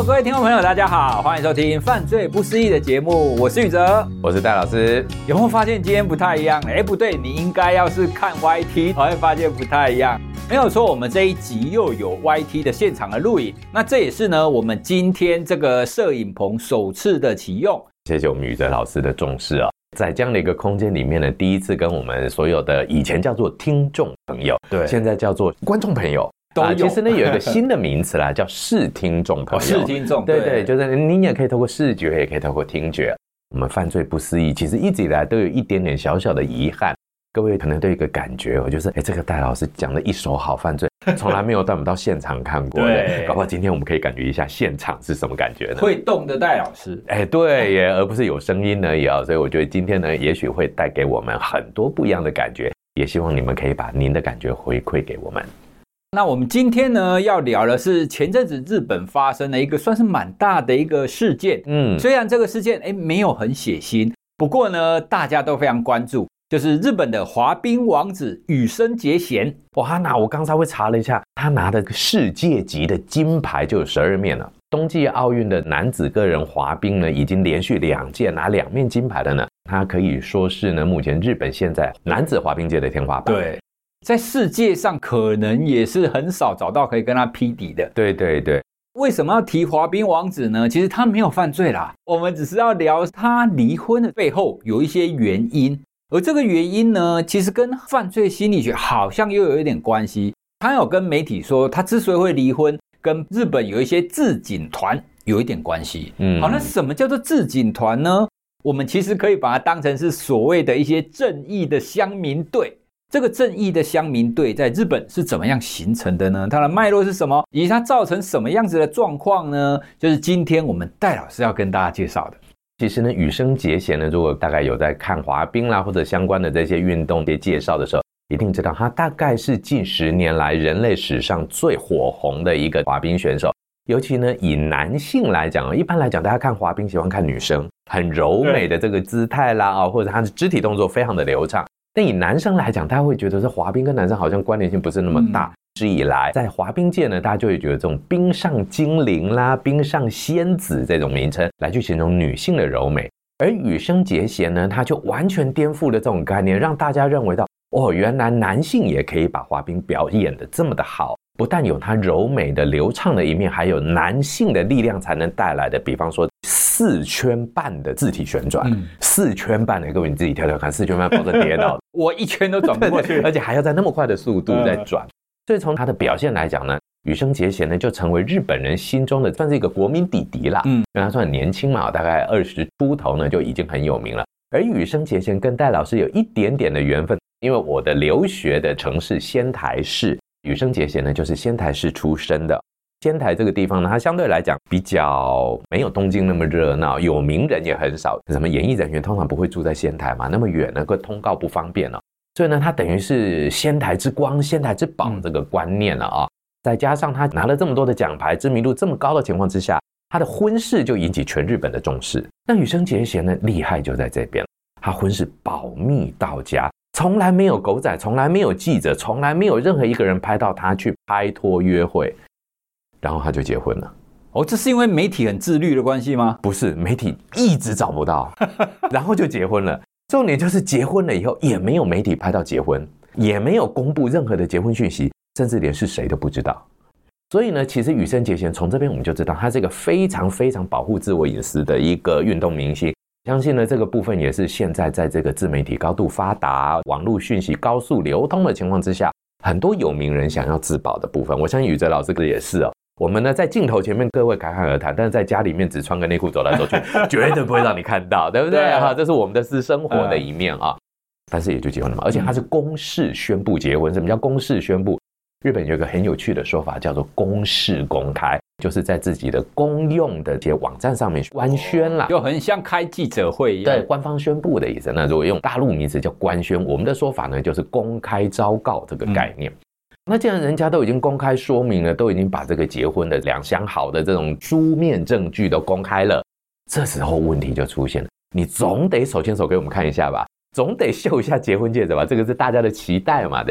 Hello， 各位听众朋友，大家好，欢迎收听《犯罪不思议》的节目，我是宇哲， 我是戴老师。 有没有发现今天不太一样？不对，你应该要是看 YT 才会发现不太一样。没有错，我们这一集又有 YT 的现场的录影，那这也是呢我们今天这个摄影棚首次的启用。 谢谢我们宇哲老师的重视啊。在这样的一个空间里面呢，第一次跟我们所有的以前叫做听众朋友，对，现在叫做观众朋友。其实呢有一个新的名词啦，叫视听众朋友。 视听众， 对，就是你也可以透过视觉，也可以透过听觉。我们犯罪不思议，其实一直以来都有一点点小小的遗憾。各位可能都有一个感觉，就是这个戴老师讲的一手好犯罪，从来没有带我们到现场看过的。搞不好今天我们可以感觉一下现场是什么感觉呢？ 会动的戴老师， 对耶，而不是有声音而已啊。所以我觉得今天呢，也许会带给我们很多不一样的感觉，也希望你们可以把您的感觉回馈给我们。 那我们今天呢要聊的是前阵子日本发生的一个算是蛮大的一个事件。虽然这个事件没有很血腥，不过呢大家都非常关注，就是日本的滑冰王子羽生结弦。 哇，我刚才会查了一下，他拿的世界级的金牌就有12面了。冬季奥运的男子个人滑冰呢，已经连续2届拿2面金牌了呢。他可以说是呢，目前日本现在男子滑冰界的天花板。 对，在世界上可能也是很少找到可以跟他匹敌的。 对。 为什么要提滑冰王子呢？其实他没有犯罪啦，我们只是要聊他离婚的背后有一些原因。而这个原因呢，其实跟犯罪心理学好像又有一点关系。他有跟媒体说，他之所以会离婚，跟日本有一些自警团有一点关系。好，那什么叫做自警团呢？我们其实可以把它当成是所谓的一些正义的乡民队。这个正义的乡民队在日本是怎么样形成的呢？它的脉络是什么？以及它造成什么样子的状况呢？就是今天我们戴老师要跟大家介绍的。 其实呢，羽生结弦呢，如果大概有在看滑冰啦或者相关的这些运动的介绍的时候，一定知道他大概是近10年来人类史上最火红的一个滑冰选手。尤其呢，以男性来讲，一般来讲，大家看滑冰喜欢看女生很柔美的这个姿态啦，或者他的肢体动作非常的流畅。但以男生来讲，大家会觉得这滑冰跟男生好像关联性不是那么大。一直以来，在滑冰界呢，大家就会觉得这种冰上精灵啦、冰上仙子这种名称来去形容女性的柔美。而羽生结弦呢，他就完全颠覆了这种概念，让大家认为到，原来男性也可以把滑冰表演得这么的好，不但有他柔美的流畅的一面，还有男性的力量才能带来的，比方说4圈半的自体旋转，4圈半的，各位你自己跳跳看，4圈半保证跌倒， 我1圈都转不过去， 而且还要在那么快的速度在转。所以从他的表现来讲呢，羽生结弦呢就成为日本人心中的算是一个国民弟弟啦。因为他算很年轻嘛，大概20出头呢就已经很有名了。而羽生结弦跟戴老师有一点点的缘分，因为我的留学的城市仙台市，羽生结弦呢就是仙台市出生的。仙台这个地方呢，它相对来讲比较没有东京那么热闹，有名人也很少，什么演艺人员通常不会住在仙台嘛，那么远呢，通告不方便哦。所以呢，它等于是仙台之光、仙台之宝这个观念了啊。再加上他拿了这么多的奖牌，知名度这么高的情况之下，他的婚事就引起全日本的重视。那羽生结弦呢，厉害就在这边，他婚事保密到家，从来没有狗仔，从来没有记者，从来没有任何一个人拍到他去拍拖约会，然后他就结婚了。 这是因为媒体很自律的关系吗？ 不是，媒体一直找不到，然后就结婚了。重点就是结婚了以后，也没有媒体拍到结婚，也没有公布任何的结婚讯息，甚至连是谁都不知道。所以呢，其实羽生结弦从这边我们就知道，他是一个非常非常保护自我隐私的一个运动明星。相信呢，这个部分也是现在在这个自媒体高度发达、网络讯息高速流通的情况之下，很多有名人想要自保的部分。我相信宇哲老师也是哦。我们呢在镜头前面各位侃侃而谈，但是在家里面只穿个内裤走来走去，绝对不会让你看到，对不对？这是我们的私生活的一面啊。但是也就结婚了嘛，而且他是公示宣布结婚。什么叫公示宣布？日本有一个很有趣的说法，叫做公示公开，就是在自己的公用的这些网站上面官宣啦， 就很像开记者会一样， 对，官方宣布的意思。那如果用大陆名词叫官宣，我们的说法呢就是公开昭告这个概念。那既然人家都已经公开说明了，都已经把这个结婚的两相好的这种书面证据都公开了，这时候问题就出现了，你总得手牵手给我们看一下吧，总得秀一下结婚戒指吧，这个是大家的期待嘛，对不对啊？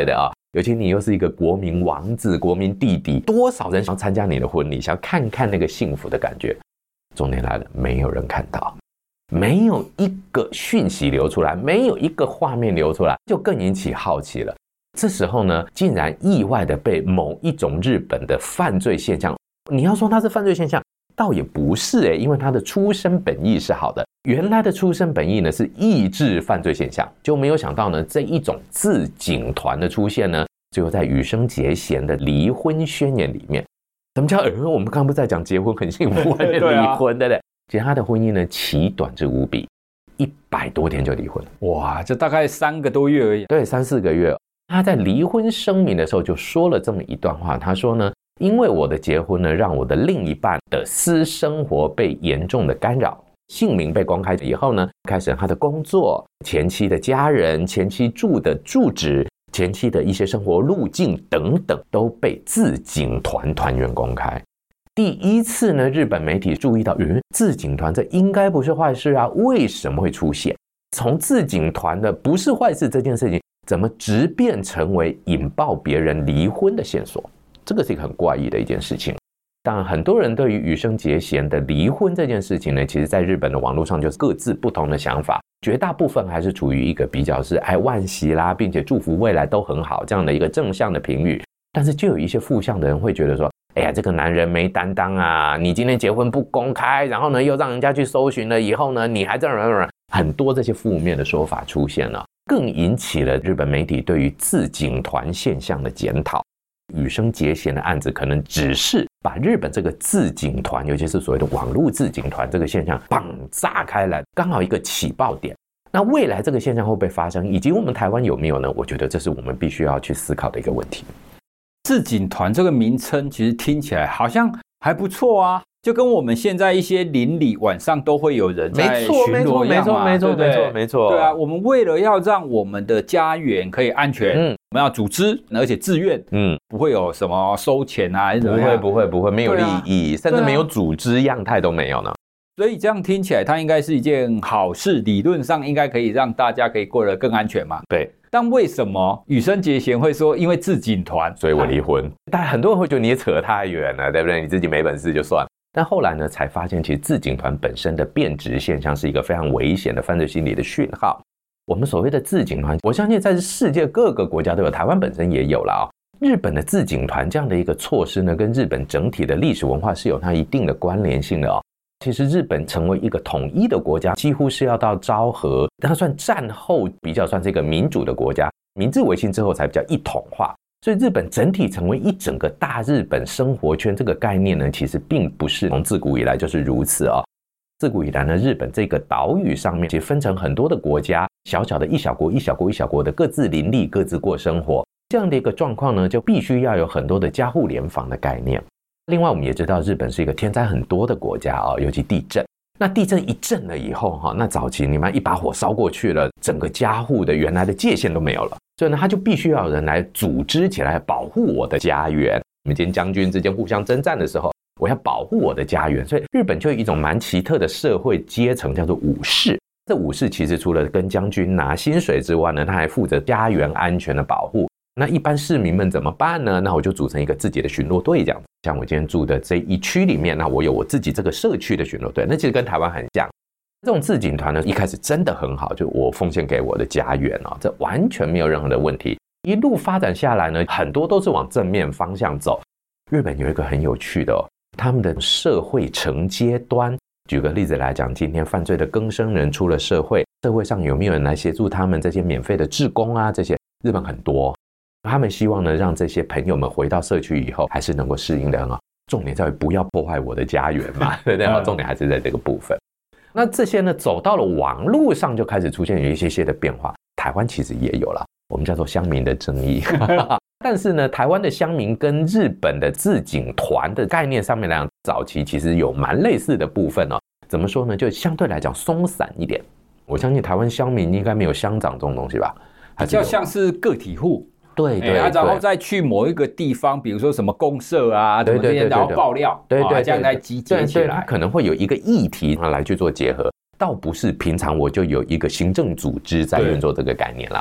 尤其你又是一个国民王子、国民弟弟，多少人想要参加你的婚礼，想要看看那个幸福的感觉。重点来了，没有人看到，没有一个讯息流出来，没有一个画面流出来，就更引起好奇了。这时候呢，竟然意外的被某一种日本的犯罪现象，你要说它是犯罪现象，倒也不是因为它的出身本意是好的。原来的出身本意呢是抑制犯罪现象，就没有想到呢这一种自警团的出现呢，最后在羽生结弦的离婚宣言里面，什么叫我们刚刚不是在讲结婚很幸福还是离婚对不对？其实他的婚姻呢奇短之无比，100多天就离婚。 哇，这大概3个多月而已。 对，3、4个月。他在离婚声明的时候就说了这么一段话，他说呢，因为我的结婚呢，让我的另一半的私生活被严重的干扰，姓名被公开以后呢，开始他的工作、前妻的家人、前妻住的住址、前妻的一些生活路径等等，都被自警团团员公开。第一次呢，日本媒体注意到，自警团这应该不是坏事啊，为什么会出现？从自警团的不是坏事这件事情，怎么直变成为引爆别人离婚的线索？这个是一个很怪异的一件事情。当然，很多人对于羽生结弦的离婚这件事情呢，其实在日本的网络上就是各自不同的想法，绝大部分还是处于一个比较是惋惜啦，并且祝福未来都很好这样的一个正向的评语。但是就有一些负向的人会觉得说，哎呀，这个男人没担当啊！你今天结婚不公开，然后呢又让人家去搜寻了，以后呢你还这样，很多这些负面的说法出现了，更引起了日本媒体对于自警团现象的检讨。羽生结弦的案子可能只是把日本这个自警团，尤其是所谓的网络自警团这个现象砰炸开来，刚好一个起爆点。那未来这个现象会不会发生，以及我们台湾有没有呢？我觉得这是我们必须要去思考的一个问题。 自警团这个名称其实听起来好像还不错啊，就跟我们现在一些邻里晚上都会有人在巡逻一样嘛， 没错， 对啊，我们为了要让我们的家园可以安全，我们要组织，而且自愿，不会有什么收钱啊， 不会，没有利益，甚至没有组织样态都没有呢。 所以这样听起来，它应该是一件好事，理论上应该可以让大家可以过得更安全嘛。 对。 但为什么羽生结弦会说因为自警团所以我离婚？但很多人会觉得你也扯太远了，对不对？你自己没本事就算。但后来呢，才发现其实自警团本身的变质现象是一个非常危险的犯罪心理的讯号。我们所谓的自警团，我相信在世界各个国家都有，台湾本身也有了日本的自警团这样的一个措施呢，跟日本整体的历史文化是有它一定的关联性的其实日本成为一个统一的国家，几乎是要到昭和，它算战后比较算是一个民主的国家，明治维新之后才比较一统化。所以日本整体成为一整个大日本生活圈这个概念呢，其实并不是从自古以来就是如此自古以来呢，日本这个岛屿上面其实分成很多的国家，小小的一小国一小国一小国的各自林立，各自过生活。这样的一个状况呢，就必须要有很多的家户联防的概念。另外我们也知道日本是一个天灾很多的国家尤其地震。那地震一震了以后那早期你们一把火烧过去了，整个家户的原来的界限都没有了，所以呢他就必须要有人来组织起来保护我的家园。我们今天将军之间互相征战的时候，我要保护我的家园，所以日本就有一种蛮奇特的社会阶层叫做武士。这武士其实除了跟将军拿薪水之外呢，他还负责家园安全的保护。那一般市民们怎么办呢？那我就组成一个自己的巡逻队这样子。像我今天住的这一区里面，那我有我自己这个社区的巡逻队，那其实跟台湾很像。这种自警团呢，一开始真的很好，就我奉献给我的家园这完全没有任何的问题。一路发展下来呢，很多都是往正面方向走。日本有一个很有趣的他们的社会承接端。举个例子来讲，今天犯罪的更生人出了社会，社会上有没有人来协助他们这些免费的志工啊？这些日本很多。他们希望呢，让这些朋友们回到社区以后，还是能够适应的很好。重点在于不要破坏我的家园嘛，对不对？重点还是在这个部分。那这些呢，走到了网络上就开始出现有一些的变化。台湾其实也有了，我们叫做乡民的争议。但是呢，台湾的乡民跟日本的自警团的概念上面来讲，早期其实有蛮类似的部分怎么说呢？就相对来讲松散一点。我相信台湾乡民应该没有乡长这种东西吧？ 比较像是个体户。 对， 然后再去某一个地方，比如说什么公社啊，对，然后爆料， 对， 这样来集结起来， 它可能会有一个议题来去做结合，倒不是平常我就有一个行政组织在运作这个概念啦。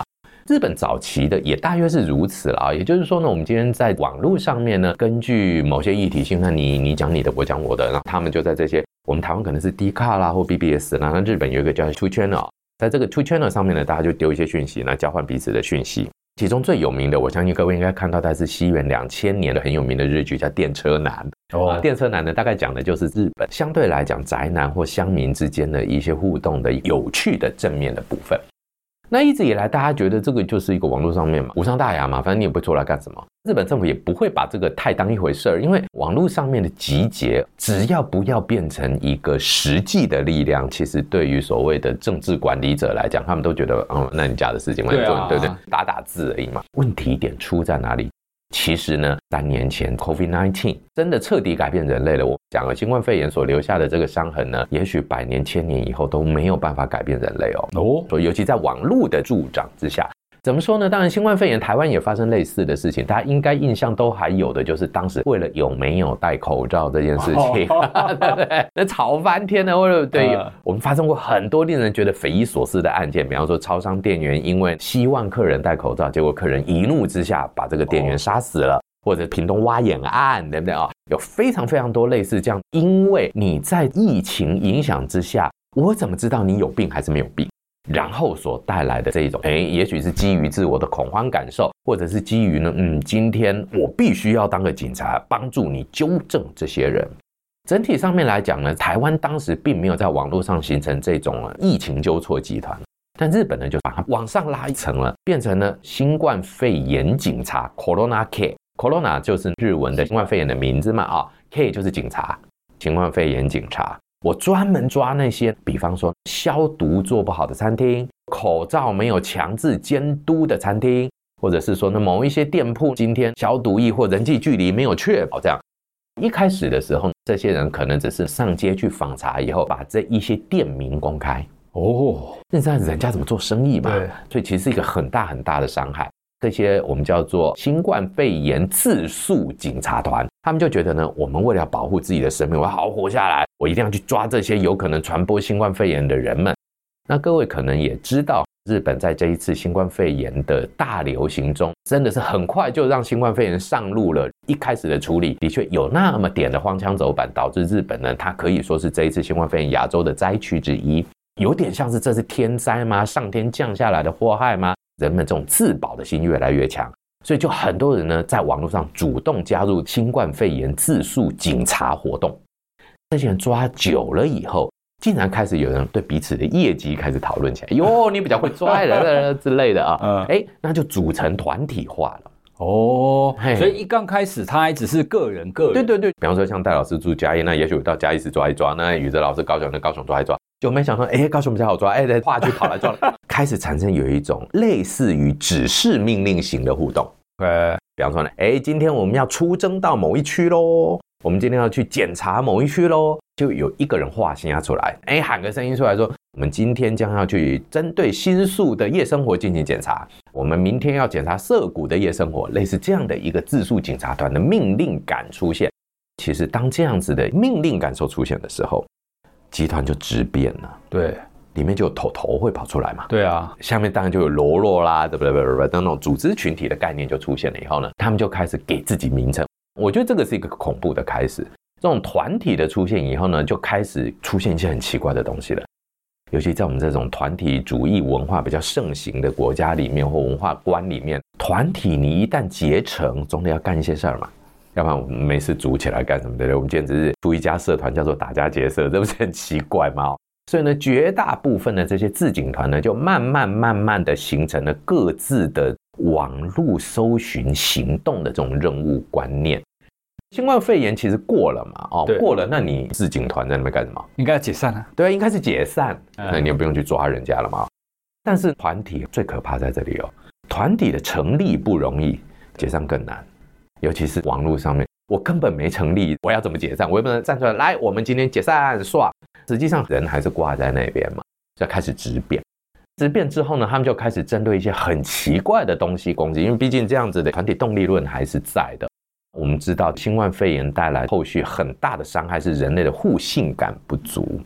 日本早期的也大约是如此啦，也就是说呢，我们今天在网络上面呢，根据某些议题性，那你讲你的，我讲我的，然后他们就在这些，我们台湾可能是 Dcard 啦或 BBS 啦，那日本有一个叫 Two Channel， 在这个 Two Channel 上面呢，大家就丢一些讯息，那交换彼此的讯息。其中最有名的，我相信各位应该看到，它是西元2000年的很有名的日剧，叫《电车男》。电车男呢，大概讲的就是日本相对来讲宅男或乡民之间的一些互动的有趣的正面的部分。那一直以来，大家觉得这个就是一个网络上面嘛，无伤大雅嘛，反正你也不会出来干什么。日本政府也不会把这个太当一回事儿，因为网络上面的集结，只要不要变成一个实际的力量，其实对于所谓的政治管理者来讲，他们都觉得，那你家的事情我做，对不对？打打字而已嘛。问题点出在哪里？其实呢，3年前 COVID-19 真的彻底改变人类了。我讲了，新冠肺炎所留下的这个伤痕呢，也许100年、1000年以后都没有办法改变人类哦。所以尤其在网络的助长之下，怎么说呢？当然，新冠肺炎台湾也发生类似的事情，大家应该印象都还有的，就是当时为了有没有戴口罩这件事情，对不对？那吵翻天了，或者对，我们发生过很多令人觉得匪夷所思的案件，比方说超商店员因为希望客人戴口罩，结果客人一怒之下把这个店员杀死了。或者屏东挖眼案，对不对啊？有非常非常多类似这样，因为你在疫情影响之下，我怎么知道你有病还是没有病？然后所带来的这一种，也许是基于自我的恐慌感受，或者是基于呢，今天我必须要当个警察，帮助你纠正这些人。整体上面来讲呢，台湾当时并没有在网络上形成这种疫情纠错集团。但日本呢，就把它往上拉一层了，变成了新冠肺炎警察 Corona K。Corona 就是日文的新冠肺炎的名字嘛，K 就是警察，新冠肺炎警察。我专门抓那些，比方说消毒做不好的餐厅，口罩没有强制监督的餐厅，或者是说呢某一些店铺今天消毒液或人际距离没有确保这样。一开始的时候，这些人可能只是上街去访查以后，把这一些店名公开。那这样人家怎么做生意嘛？所以其实是一个很大很大的伤害。这些我们叫做新冠肺炎自诉警察团，他们就觉得呢，我们为了要保护自己的生命，我要好好活下来，我一定要去抓这些有可能传播新冠肺炎的人们。那各位可能也知道，日本在这一次新冠肺炎的大流行中，真的是很快就让新冠肺炎上路了。一开始的处理的确有那么点的荒腔走板，导致日本呢，它可以说是这一次新冠肺炎亚洲的灾区之一。有点像是这是天灾吗？上天降下来的祸害吗？人们这种自保的心越来越强，所以就很多人呢在网络上主动加入新冠肺炎自诉警察活动。这些人抓久了以后，竟然开始有人对彼此的业绩开始讨论起来，哟，你比较会抓人之类的啊，那就组成团体化了。 所以一刚开始他还只是个人， 对，比方说像戴老师住嘉义，那也许到嘉义市抓一抓，那宇哲老师高雄的高雄抓一抓，就没想说高雄比较好抓，话就跑来抓了，开始产生有一种类似于指示命令型的互动。比方说呢，今天我们要出征到某一区咯，我们今天要去检查某一区咯，就有一个人话先出来，喊个声音出来说，我们今天将要去针对新宿的夜生活进行检查，我们明天要检查涩谷的夜生活，类似这样的一个自诉警察团的命令感出现。其实当这样子的命令感受出现的时候，集团就质变了。 对， 里面就有头会跑出来嘛。 对啊， 下面当然就有喽啰啦，对不对？那种组织群体的概念就出现了以后呢，他们就开始给自己名称。我觉得这个是一个恐怖的开始。这种团体的出现以后呢，就开始出现一些很奇怪的东西了。尤其在我们这种团体主义文化比较盛行的国家里面或文化观里面，团体你一旦结成，总得要干一些事儿嘛，要不然我们没事组起来干什么，对不对？我们简直是出一家社团叫做打家劫舍，这不是很奇怪吗？所以呢，绝大部分的这些自警团呢，就慢慢的形成了各自的网络搜寻行动的这种任务观念。新冠肺炎其实过了嘛，过了，那你自警团在那边干什么？ 应该要解散啊。 对，应该是解散，那你也不用去抓人家了嘛。但是团体最可怕在这里团体的成立不容易，解散更难。尤其是网络上面，我根本没成立，我要怎么解散？我也不能站出来，来，我们今天解散耍。实际上人还是挂在那边嘛，就开始质变。质变之后呢，他们就开始针对一些很奇怪的东西攻击，因为毕竟这样子的团体动力论还是在的。我们知道新冠肺炎带来后续很大的伤害是人类的互信感不足。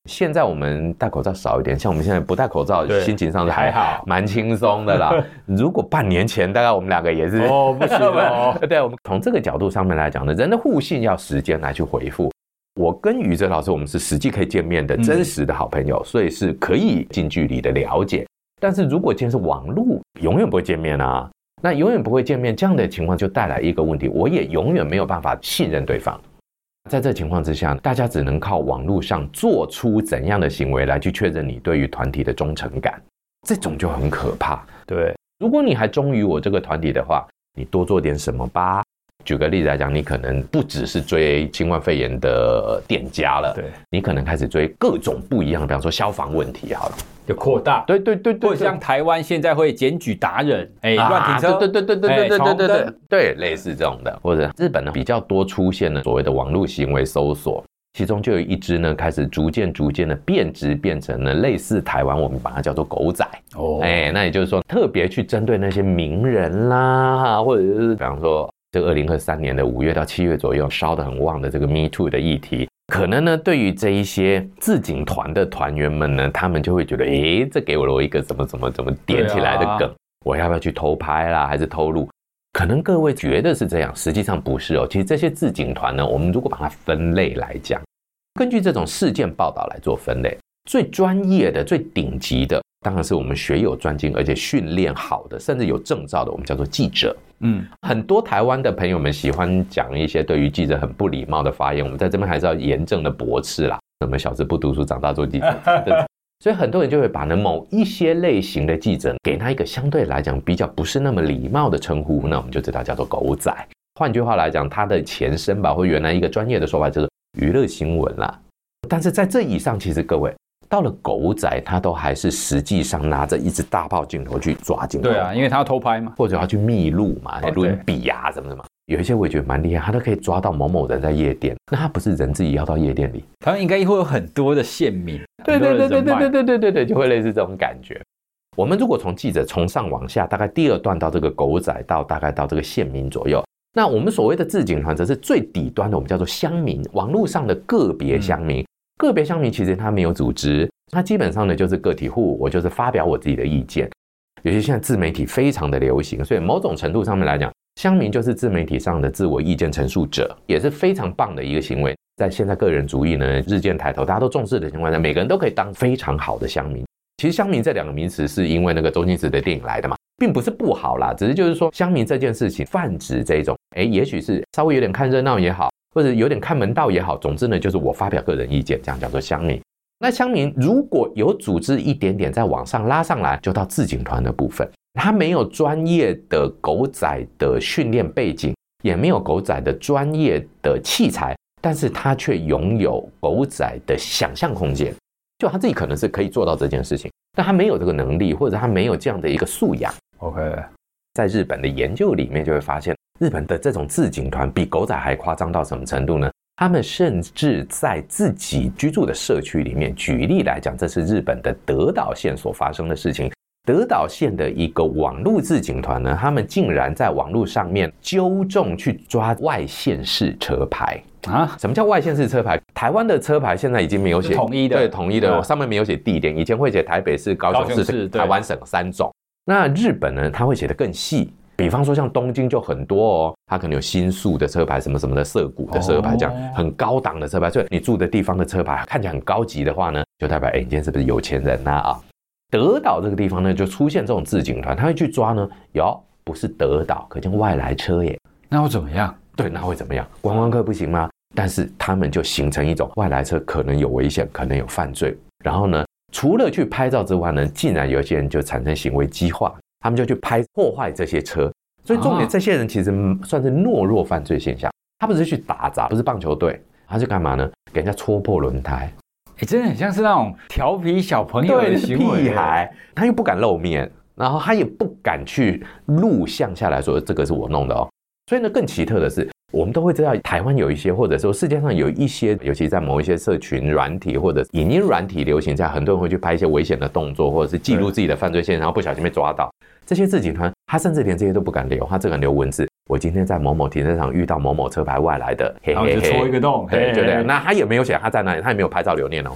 现在我们戴口罩少一点，像我们现在不戴口罩，心情上还好， 蛮轻松的啦。如果半年前，大概我们两个也是不行哦。 对，我们从这个角度上面来讲呢，人的互信要时间来去回复。我跟宇哲老师，我们是实际可以见面的真实的好朋友，所以是可以近距离的了解。但是如果今天是网络，永远不会见面啊。那永远不会见面，这样的情况就带来一个问题，我也永远没有办法信任对方。在这情况之下，大家只能靠网络上做出怎样的行为来去确认你对于团体的忠诚感，这种就很可怕。 对， 如果你还忠于我这个团体的话，你多做点什么吧。举个例子来讲，你可能不只是追新冠肺炎的店家了， 对， 你可能开始追各种不一样的，比方说消防问题好了， 就扩大。 对， 或者像台湾现在会检举达人，乱停车， 对，类似这种的。或者日本呢比较多出现了所谓的网络行为搜索，其中就有一支呢开始逐渐的变质，变成了类似台湾我们把它叫做狗仔。那也就是说特别去针对那些名人啦，或者是比方说这个2023年的5月到7月左右烧得很旺的这个 Me Too 的议题，可能呢对于这一些自警团的团员们呢，他们就会觉得这给我了一个怎么点起来的梗，我要不要去偷拍啦，还是偷录？可能各位觉得是这样，实际上不是哦。其实这些自警团呢，我们如果把它分类来讲，根据这种事件报道来做分类，最专业的最顶级的当然是我们学有专精而且训练好的，甚至有证照的，我们叫做记者。很多台湾的朋友们喜欢讲一些对于记者很不礼貌的发言，我们在这边还是要严正的驳斥啦。什么小时不读书长大做记者所以很多人就会把某一些类型的记者给他一个相对来讲比较不是那么礼貌的称呼，那我们就知道叫做狗仔。换句话来讲，它的前身吧，或原来一个专业的说法就是娱乐新闻啦。但是在这以上，其实各位到了狗仔，他都还是实际上拿着一支大炮镜头去抓镜头。 对啊，因为他要偷拍嘛， 或者要去密录嘛，伦比啊什么什么。有一些我也觉得蛮厉害，他都可以抓到某某人在夜店，那他不是人自己要到夜店里， 他们应该会有很多的线民。 对，就会类似这种感觉。我们如果从记者从上往下，大概第2段到这个狗仔，大概到这个县民左右。那我们所谓的自警团则是最底端的，我们叫做乡民，网络上的个别乡民。个别乡民其实他没有组织，他基本上呢就是个体户，我就是发表我自己的意见。尤其现在自媒体非常的流行，所以某种程度上面来讲，乡民就是自媒体上的自我意见陈述者，也是非常棒的一个行为。在现在个人主义呢日渐抬头，大家都重视的情况下，每个人都可以当非常好的乡民。其实乡民这2个名词是因为那个周星驰的电影来的嘛，并不是不好啦，只是就是说乡民这件事情泛指这种，也许是稍微有点看热闹也好，或者有点看门道也好，总之呢就是我发表个人意见，这样叫做乡民。那乡民如果有组织一点点再往上拉上来，就到自警团的部分，他没有专业的狗仔的训练背景，也没有狗仔的专业的器材，但是他却拥有狗仔的想象空间，就他自己可能是可以做到这件事情，但他没有这个能力，或者他没有这样的一个素养。 OK， 在日本的研究里面就会发现，日本的这种自警团比狗仔还夸张到什么程度呢？他们甚至在自己居住的社区里面，举例来讲，这是日本的德岛县所发生的事情。德岛县的一个网络自警团呢，他们竟然在网络上面纠众去抓外县市车牌啊！什么叫外县市车牌？台湾的车牌现在已经没有写统一的， 对，统一的，上面没有写地点，以前会写台北市、高雄市、台湾省3种。那日本呢，他会写得更细。比方说像东京就很多哦，它可能有新宿的车牌，什么什么的涩谷的车牌，这样很高档的车牌，所以你住的地方的车牌看起来很高级的话呢，就代表你今天是不是有钱人啊？德岛这个地方呢，就出现这种自警团，他会去抓呢，不是德岛，可见外来车耶， 那会怎么样？ 对，那会怎么样？观光客不行吗？但是他们就形成一种外来车可能有危险，可能有犯罪，然后呢，除了去拍照之外呢，竟然有些人就产生行为激化。他们就去拍破坏这些车，所以重点这些人其实算是懦弱犯罪现象。他不是去打砸，不是棒球队，他是干嘛呢？给人家戳破轮胎。 真的很像是那种调皮小朋友的行为， 屁孩，他又不敢露面，然后他也不敢去录像下来说这个是我弄的哦。所以呢，更奇特的是，我们都会知道台湾有一些，或者说世界上有一些，尤其在某一些社群软体或者影音软体流行下，很多人会去拍一些危险的动作，或者是记录自己的犯罪现场，然后不小心被抓到。这些自警团，他甚至连这些都不敢留，他只敢留文字。我今天在某某停车场遇到某某车牌外来的， 然后就戳一个洞， 对，就这样。那他也没有写他在哪里，他也没有拍照留念哦。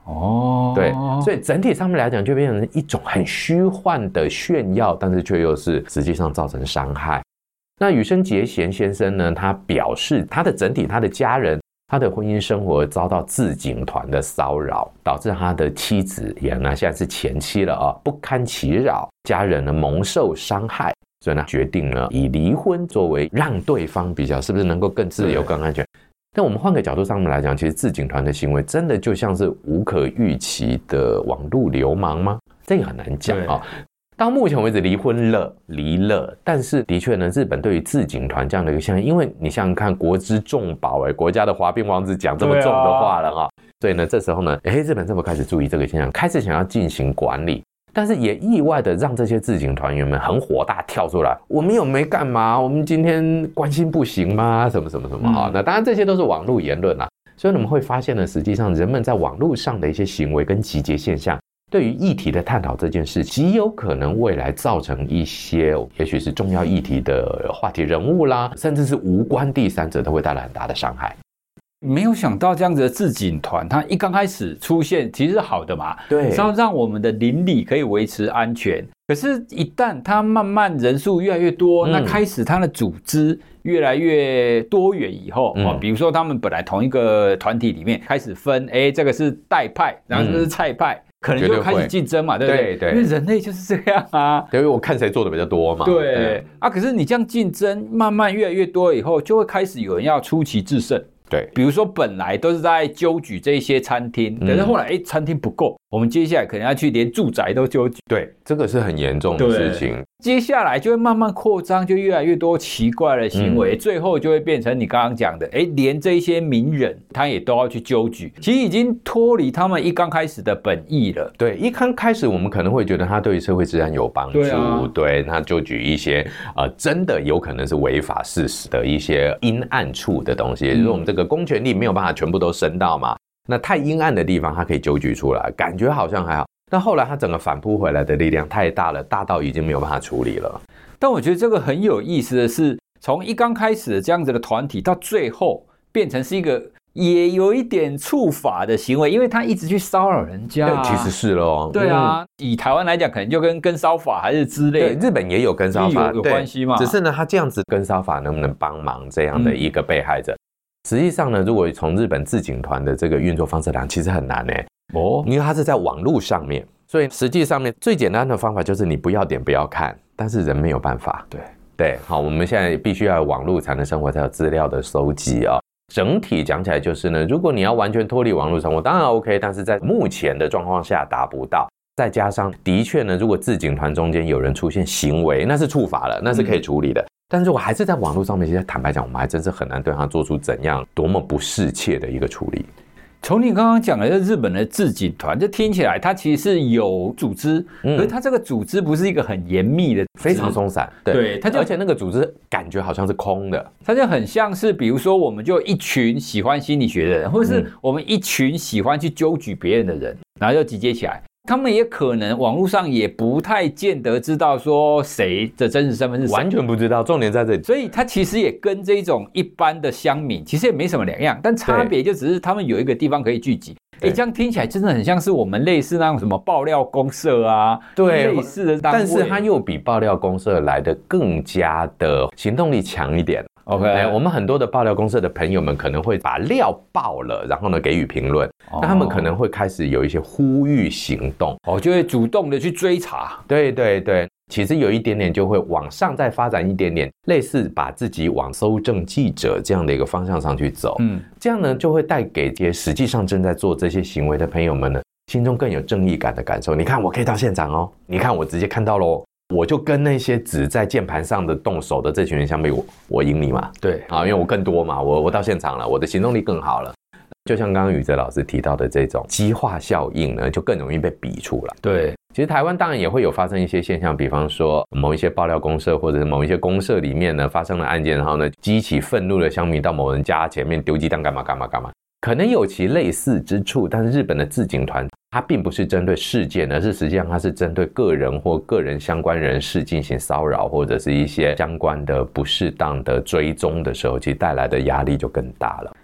哦，对，所以整体上面来讲就变成一种很虚幻的炫耀，但是却又是实际上造成伤害。那羽生结弦先生呢，他表示他的整体他的家人他的婚姻生活遭到自警团的骚扰，导致他的妻子也呢现在是前妻了啊，不堪其扰，家人呢蒙受伤害，所以呢决定了以离婚作为让对方比较是不是能够更自由更安全。但我们换个角度上面来讲，其实自警团的行为真的就像是无可预期的网络流氓吗？这个很难讲啊。到目前为止离婚了离了，但是的确呢，日本对于自警团这样的一个现象，因为你想想看，国之重宝国家的滑冰王子讲这么重的话了哈，所以呢这时候呢日本政府开始注意这个现象，开始想要进行管理。但是也意外的让这些自警团员们很火大，跳出来，我们又没干嘛，我们今天关心不行吗？什么什么什么那当然这些都是网络言论啦。所以我们会发现呢，实际上人们在网络上的一些行为跟集结现象，对于议题的探讨这件事，极有可能未来造成一些也许是重要议题的话题人物啦，甚至是无关第三者都会带来很大的伤害。 没有想到这样子的自警团，它一刚开始出现其实是好的嘛， 对， 是要让我们的邻里可以维持安全。可是，一旦它慢慢人数越来越多，那开始它的组织越来越多元以后，比如说他们本来同一个团体里面开始分，这个是代派，然后这个是菜派。可能就开始竞争嘛，对不对？对，因为人类就是这样啊。 因为我看谁做的比较多嘛。 对啊，可是你这样竞争慢慢越来越多以后，就会开始有人要出奇制胜。 对， 比如说本来都是在纠举这些餐厅，可是后来餐厅不够，我们接下来可能要去连住宅都纠举。 对，这个是很严重的事情。 接下来就会慢慢扩张，就越来越多奇怪的行为，最后就会变成你刚刚讲的，连这些名人他也都要去纠举，其实已经脱离他们一刚开始的本意了。 对，一刚开始我们可能会觉得他对于社会治安有帮助，对，他纠举一些真的有可能是违法事实的一些阴暗处的东西，也就是我们这个公权力没有办法全部都伸到嘛，那太阴暗的地方他可以纠举出来，感觉好像还好。但后来他整个反扑回来的力量太大了，大到已经没有办法处理了。 但我觉得这个很有意思的是，从一刚开始的这样子的团体，到最后变成是一个也有一点触法的行为，因为他一直去骚扰人家。 其实是咯。 对啊，以台湾来讲，可能就跟跟骚法还是之类的。 对，日本也有跟骚法有关系嘛？ 只是呢，他这样子跟骚法能不能帮忙这样的一个被害者？实际上呢，如果从日本自警团的这个运作方式来讲，其实很难因为它是在网络上面，所以实际上面最简单的方法就是你不要点不要看，但是人没有办法。对，好，我们现在必须要有网络才能生活，才有资料的收集啊。整体讲起来就是呢，如果你要完全脱离网络生活，当然 OK， 但是在目前的状况下达不到。再加上的确呢，如果自警团中间有人出现行为，那是触法了，那是可以处理的。但是如果还是在网络上面，其实坦白讲，我们还真是很难对他做出怎样多么不适切的一个处理。 从你刚刚讲的日本的自警团，就听起来它其实是有组织，可是它这个组织不是一个很严密的， 非常松散。对， 它就而且那个组织感觉好像是空的， 它就很像是，比如说我们就一群喜欢心理学的人，或者是我们一群喜欢去纠举别人的人，然后就集结起来。他们也可能网络上也不太见得知道说谁的真实身份是谁， 完全不知道，重点在这里。 所以他其实也跟这种一般的乡民其实也没什么两样，但差别就只是他们有一个地方可以聚集。这样听起来真的很像是我们类似那种什么爆料公社啊， 对， 类似的单位， 但是它又比爆料公社来的更加的行动力强一点。 OK， 我们很多的爆料公社的朋友们可能会把料爆了，然后呢给予评论，那他们可能会开始有一些呼吁行动， 就会主动的去追查。 对，其实有一点点就会往上再发展一点点，类似把自己往搜证记者这样的一个方向上去走。这样呢就会带给这些实际上正在做这些行为的朋友们呢，心中更有正义感的感受。你看我可以到现场你看我直接看到咯，我就跟那些只在键盘上的动手的这群人相比，我赢你嘛。 对因为我更多嘛，我到现场了，我的行动力更好了。就像刚刚宇哲老师提到的这种激化效应呢，就更容易被比出来。 对， 其实台湾当然也会有发生一些现象，比方说某一些爆料公社或者是某一些公社里面呢发生了案件，然后呢激起愤怒的乡民到某人家前面丢鸡蛋干嘛，可能有其类似之处。但是日本的自警团它并不是针对事件，而是实际上它是针对个人或个人相关人士进行骚扰，或者是一些相关的不适当的追踪的时候，其实带来的压力就更大了。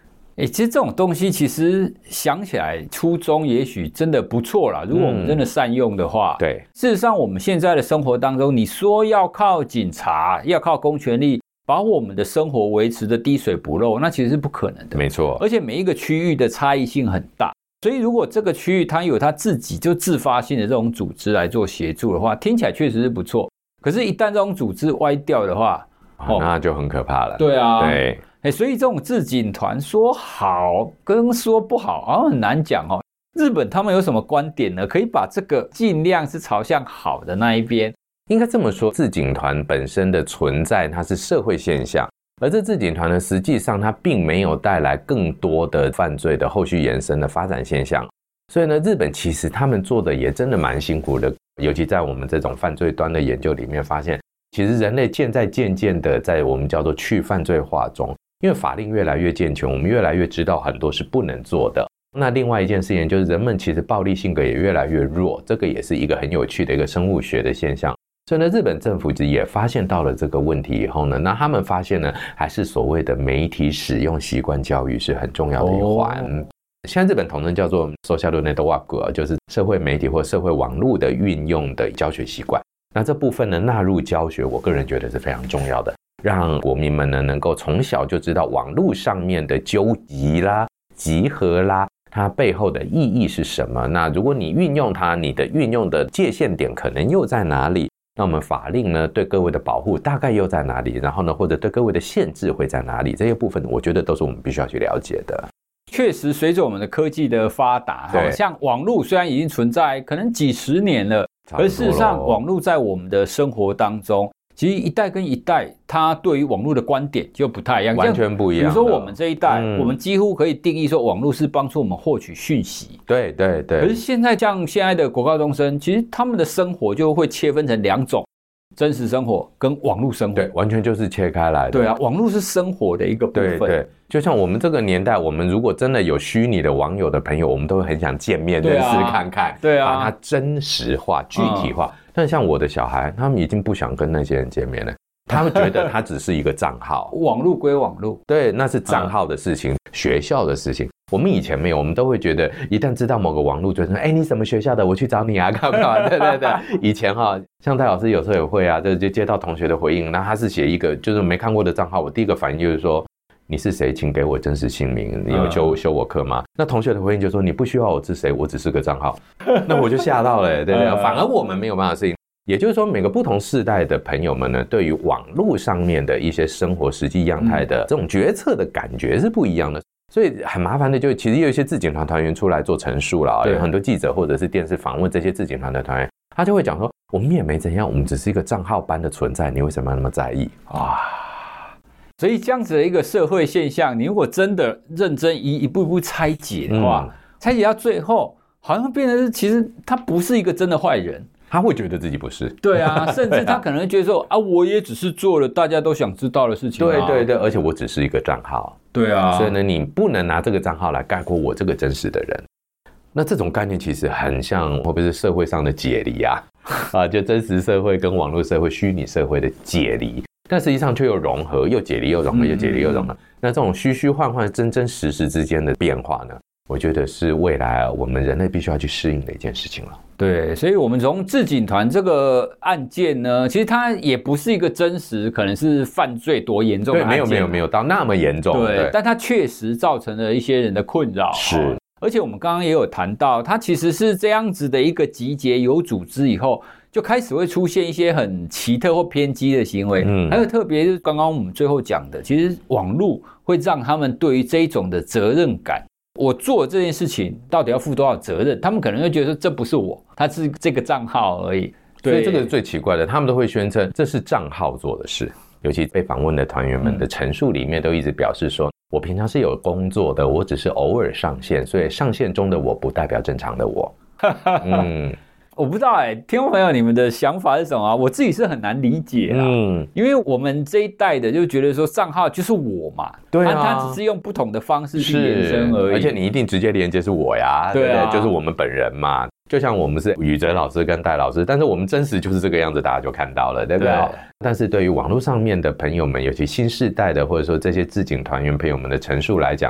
其实这种东西其实想起来初衷也许真的不错啦，如果我们真的善用的话。 对， 事实上我们现在的生活当中，你说要靠警察，要靠公权力把我们的生活维持的滴水不漏，那其实是不可能的。 没错， 而且每一个区域的差异性很大，所以如果这个区域它有它自己就自发性的这种组织来做协助的话，听起来确实是不错。可是一旦这种组织歪掉的话， 那就很可怕了。 对啊， 对。 所以这种自警团说好跟说不好好像很难讲哦。日本他们有什么观点呢？可以把这个尽量是朝向好的那一边。 应该这么说，自警团本身的存在它是社会现象，而这自警团呢，实际上它并没有带来更多的犯罪的后续延伸的发展现象。所以呢，日本其实他们做的也真的蛮辛苦的，尤其在我们这种犯罪端的研究里面发现，其实人类现在渐渐的在我们叫做去犯罪化中，因为法令越来越健全，我们越来越知道很多是不能做的。那另外一件事情就是人们其实暴力性格也越来越弱，这个也是一个很有趣的一个生物学的现象。所以呢，日本政府也发现到了这个问题以后呢，那他们发现呢，还是所谓的媒体使用习惯教育是很重要的一环。现在日本统称叫做 social network， 就是社会媒体或社会网络的运用的教学习惯。那这部分呢纳入教学，我个人觉得是非常重要的，让国民们呢能够从小就知道网络上面的纠集啦、集合啦，它背后的意义是什么。那如果你运用它，你的运用的界限点可能又在哪里？那我们法令呢对各位的保护大概又在哪里？然后呢，或者对各位的限制会在哪里？这些部分我觉得都是我们必须要去了解的。 确实，随着我们的科技的发达，像网络虽然已经存在可能几十年了，而事实上，网络在我们的生活当中，其实一代跟一代，它对于网络的观点就不太一样， 完全不一样。 比如说我们这一代，我们几乎可以定义说，网络是帮助我们获取讯息。 对对对。 可是现在像现在的国高中生，其实他们的生活就会切分成两种。真实生活跟网络生活， 对，完全就是切开来的。 对啊，网络是生活的一个部分。 对对，就像我们这个年代，我们如果真的有虚拟的网友的朋友，我们都会很想见面认识看看， 对啊， 把它真实化、具体化。但像我的小孩，他们已经不想跟那些人见面了。他们觉得它只是一个账号， 网络归网络， 对，那是账号的事情，学校的事情。我们以前没有，我们都会觉得，一旦知道某个网络，就说，你什么学校的，我去找你啊，干嘛？对对对，以前像戴老师有时候也会啊，就接到同学的回应，那他是写一个就是没看过的账号，我第一个反应就是说，你是谁？请给我真实姓名，你有修我课吗？那同学的回应就说，你不需要我是谁，我只是个账号。那我就吓到了，对不对？反而我们没有办法适应。也就是说，每个不同世代的朋友们呢，对于网络上面的一些生活实际样态的这种决策的感觉是不一样的，所以很麻烦的就其实有一些自警团团员出来做陈述了，有很多记者或者是电视访问这些自警团的团员，他就会讲说，我们也没怎样，我们只是一个账号般的存在，你为什么要那么在意啊？ 所以这样子的一个社会现象，你如果真的认真一步一步拆解的话，拆解到最后，好像变成是其实他不是一个真的坏人。 他会觉得自己不是， 对啊，甚至他可能会觉得说我也只是做了大家都想知道的事情。 对对对，而且我只是一个账号。 对啊， 所以呢，你不能拿这个账号来概括我这个真实的人。那这种概念其实很像，会不会是社会上的解离啊？就真实社会跟网络社会、虚拟社会的解离，但实际上却又融合，又解离又融合，又解离又融合。那这种虚虚幻幻、真真实实之间的变化呢？我觉得是未来我们人类必须要去适应的一件事情了。 对，所以我们从自警团这个案件呢，其实它也不是一个真实可能是犯罪多严重的案件， 对，没有到那么严重。 对，但它确实造成了一些人的困扰。 是， 而且我们刚刚也有谈到，它其实是这样子的一个集结有组织以后，就开始会出现一些很奇特或偏激的行为。还有特别是刚刚我们最后讲的，其实网络会让他们对于这一种的责任感。我做这件事情到底要负多少责任？他们可能会觉得说这不是我，他是这个账号而已。 所以这个是最奇怪的，他们都会宣称这是账号做的事。尤其被访问的团员们的陈述里面都一直表示说，我平常是有工作的，我只是偶尔上线，所以上线中的我不代表正常的我。 我不知道听众朋友你们的想法是什么啊？我自己是很难理解啦，因为我们这一代的就觉得说账号就是我嘛， 对啊， 他只是用不同的方式去延伸而已， 而且你一定直接连接是我呀，对不对？就是我们本人嘛，就像我们是宇哲老师跟戴老师，但是我们真实就是这个样子，大家就看到了，对不对？但是对于网络上面的朋友们，尤其新世代的或者说这些自警团员朋友们的陈述来讲呢，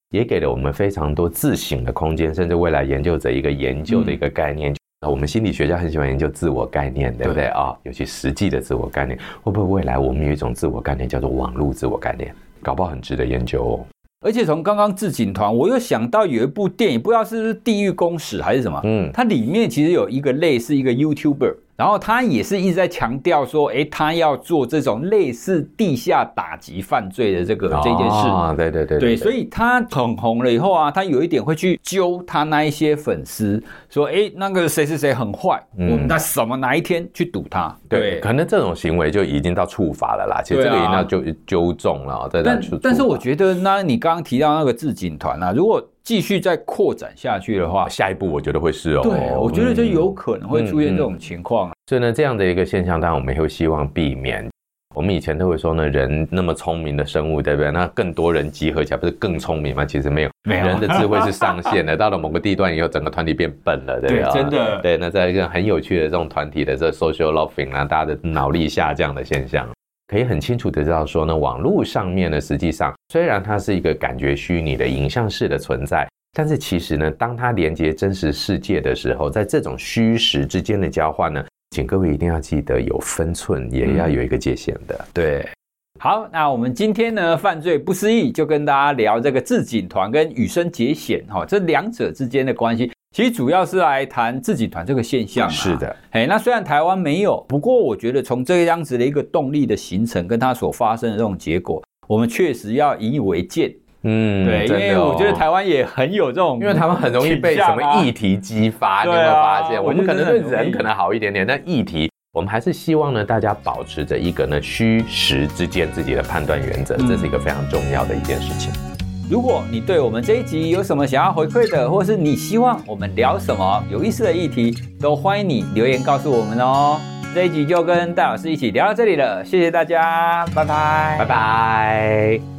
也给了我们非常多自省的空间，甚至未来研究者一个研究的一个概念。我们心理学家很喜欢研究自我概念，对不对啊？尤其实际的自我概念，会不会未来我们有一种自我概念叫做网络自我概念？搞不好很值得研究哦。 而且从刚刚智警团，我又想到有一部电影，不知道是不是《地狱公使》还是什么，它里面其实有一个类似一个 YouTuber， 然后他也是一直在强调说，他要做这种类似地下打击犯罪的这件事啊，对， 所以他很红了以后啊，他有一点会去揪他那一些粉丝，说，那个谁谁谁很坏，我们在哪一天去堵他？ 对，可能这种行为就已经到触法了啦。其实这个一定要纠正了， 但是我觉得，那你刚刚提到那个智警团啊，如果继续再扩展下去的话， 下一步我觉得会是哦。 对，我觉得就有可能会出现这种情况。 所以呢，这样的一个现象，当然我们也会希望避免。我们以前都会说呢，人那么聪明的生物，对不对？那更多人集合起来，不是更聪明吗？其实没有，人的智慧是上限的。到了某个地段以后，整个团体变笨了，对不对？ 对，真的。 对，那在一个很有趣的这种团体的这 social loafing 啊，大家的脑力下降的现象。可以很清楚的知道说呢，网络上面呢，实际上虽然它是一个感觉虚拟的影像式的存在，但是其实呢，当它连接真实世界的时候，在这种虚实之间的交换呢，请各位一定要记得有分寸，也要有一个界限的。 对。好，那我们今天呢，犯罪不思议就跟大家聊这个智警团跟羽生结弦这两者之间的关系。其实主要是来谈智警团这个现象是的， 那虽然台湾没有，不过我觉得从这样子的一个动力的形成跟它所发生的这种结果，我们确实要引以为戒。对，因为我觉得台湾也很有这种， 因为台湾很容易被什么议题激发，你有没有发现？我们可能对人可能好一点点，但议题我们还是希望呢，大家保持着一个呢虚实之间自己的判断原则，这是一个非常重要的一件事情。 如果你对我们这一集有什么想要回馈的，或是你希望我们聊什么有意思的议题，都欢迎你留言告诉我们哦。这一集就跟戴老师一起聊到这里了，谢谢大家，拜拜， 拜拜。